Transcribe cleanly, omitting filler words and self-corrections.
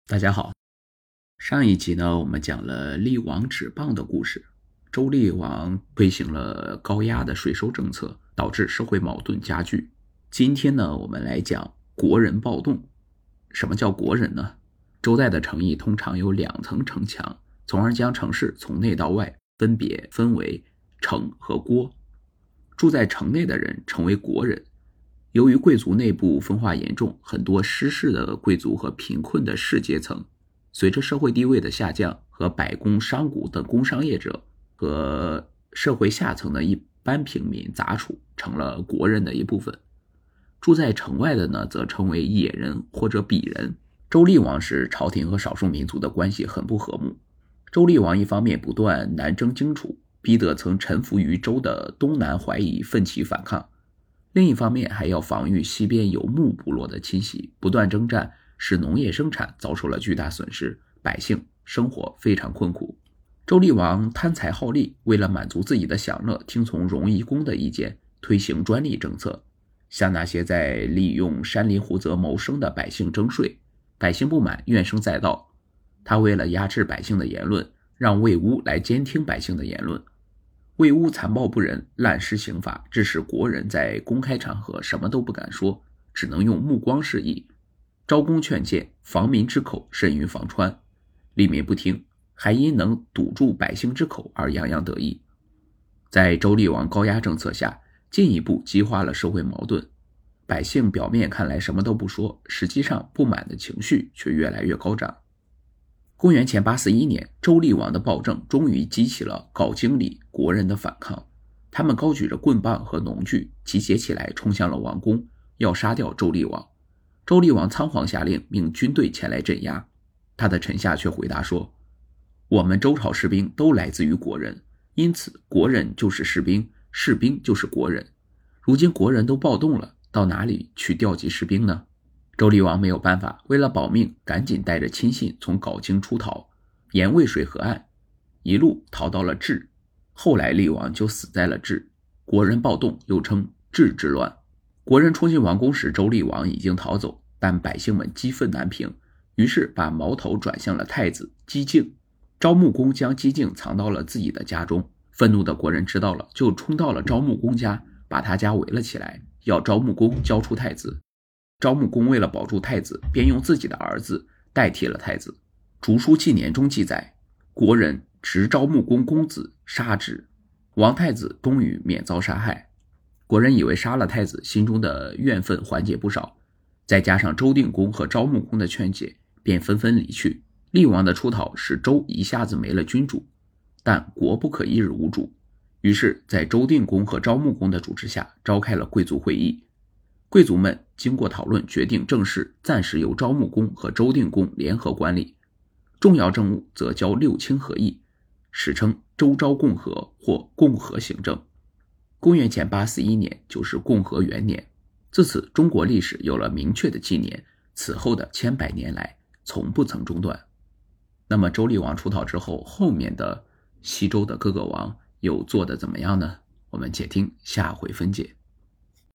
大家好，上一集呢，我们讲了厉王止谤的故事。周厉王推行了高压的税收政策，导致社会矛盾加剧。今天呢，我们来讲国人暴动。什么叫国人呢？周代的城邑通常有2层城墙，从而将城市从内到外分别分为城和郭。住在城内的人称为国人。由于贵族内部分化严重，很多失势的贵族和贫困的士阶层，随着社会地位的下降和百工商贾等工商业者和社会下层的一般平民杂处，成了国人的一部分。住在城外的呢，则称为野人或者鄙人。周厉王时，朝廷和少数民族的关系很不和睦。周厉王一方面不断南征荆楚，逼得曾臣服于周的东南怀疑奋起反抗，另一方面还要防御西边游牧部落的侵袭，不断征战使农业生产遭受了巨大损失，百姓生活非常困苦。周厉王贪财好利，为了满足自己的享乐，听从荣夷公的意见，推行专利政策，向那些在利用山林湖泽谋生的百姓征税，百姓不满，怨声载道。他为了压制百姓的言论，让魏乌来监听百姓的言论。魏乌残暴不仁，滥施刑罚，致使国人在公开场合什么都不敢说，只能用目光示意。昭公劝谏，防民之口甚于防川，吏民不听，还因能堵住百姓之口而洋洋得意。在周厉王高压政策下，进一步激化了社会矛盾。百姓表面看来什么都不说，实际上不满的情绪却越来越高涨。公元前841年，周厉王的暴政终于激起了镐京里国人的反抗。他们高举着棍棒和农具，集结起来冲向了王宫，要杀掉周厉王。周厉王仓皇下令，命军队前来镇压。他的臣下却回答说，我们周朝士兵都来自于国人，因此国人就是士兵，士兵就是国人。如今国人都暴动了，到哪里去调集士兵呢？周厉王没有办法，为了保命，赶紧带着亲信从镐京出逃，沿渭水河岸一路逃到了治。后来厉王就死在了治。国人暴动又称治之乱。国人冲进王宫时，周厉王已经逃走，但百姓们激愤难平，于是把矛头转向了太子姬敬。昭穆公将姬敬藏到了自己的家中，愤怒的国人知道了，就冲到了昭穆公家，把他家围了起来，要昭穆公交出太子。昭穆公为了保住太子，便用自己的儿子代替了太子。竹书纪年中记载，国人执昭穆公公子杀之，王太子终于免遭杀害。国人以为杀了太子，心中的怨愤缓解不少，再加上周定公和昭穆公的劝解，便纷纷离去。厉王的出逃使周一下子没了君主，但国不可一日无主，于是在周定公和昭穆公的主持下，召开了贵族会议。贵族们经过讨论，决定政事暂时由昭穆公和周定公联合管理，重要政务则交六卿合议，史称周昭共和或共和行政。公元前841年就是共和元年，自此中国历史有了明确的纪年，此后的千百年来从不曾中断。那么周厉王出逃之后，后面的西周的各个王又做得怎么样呢？我们且听下回分解。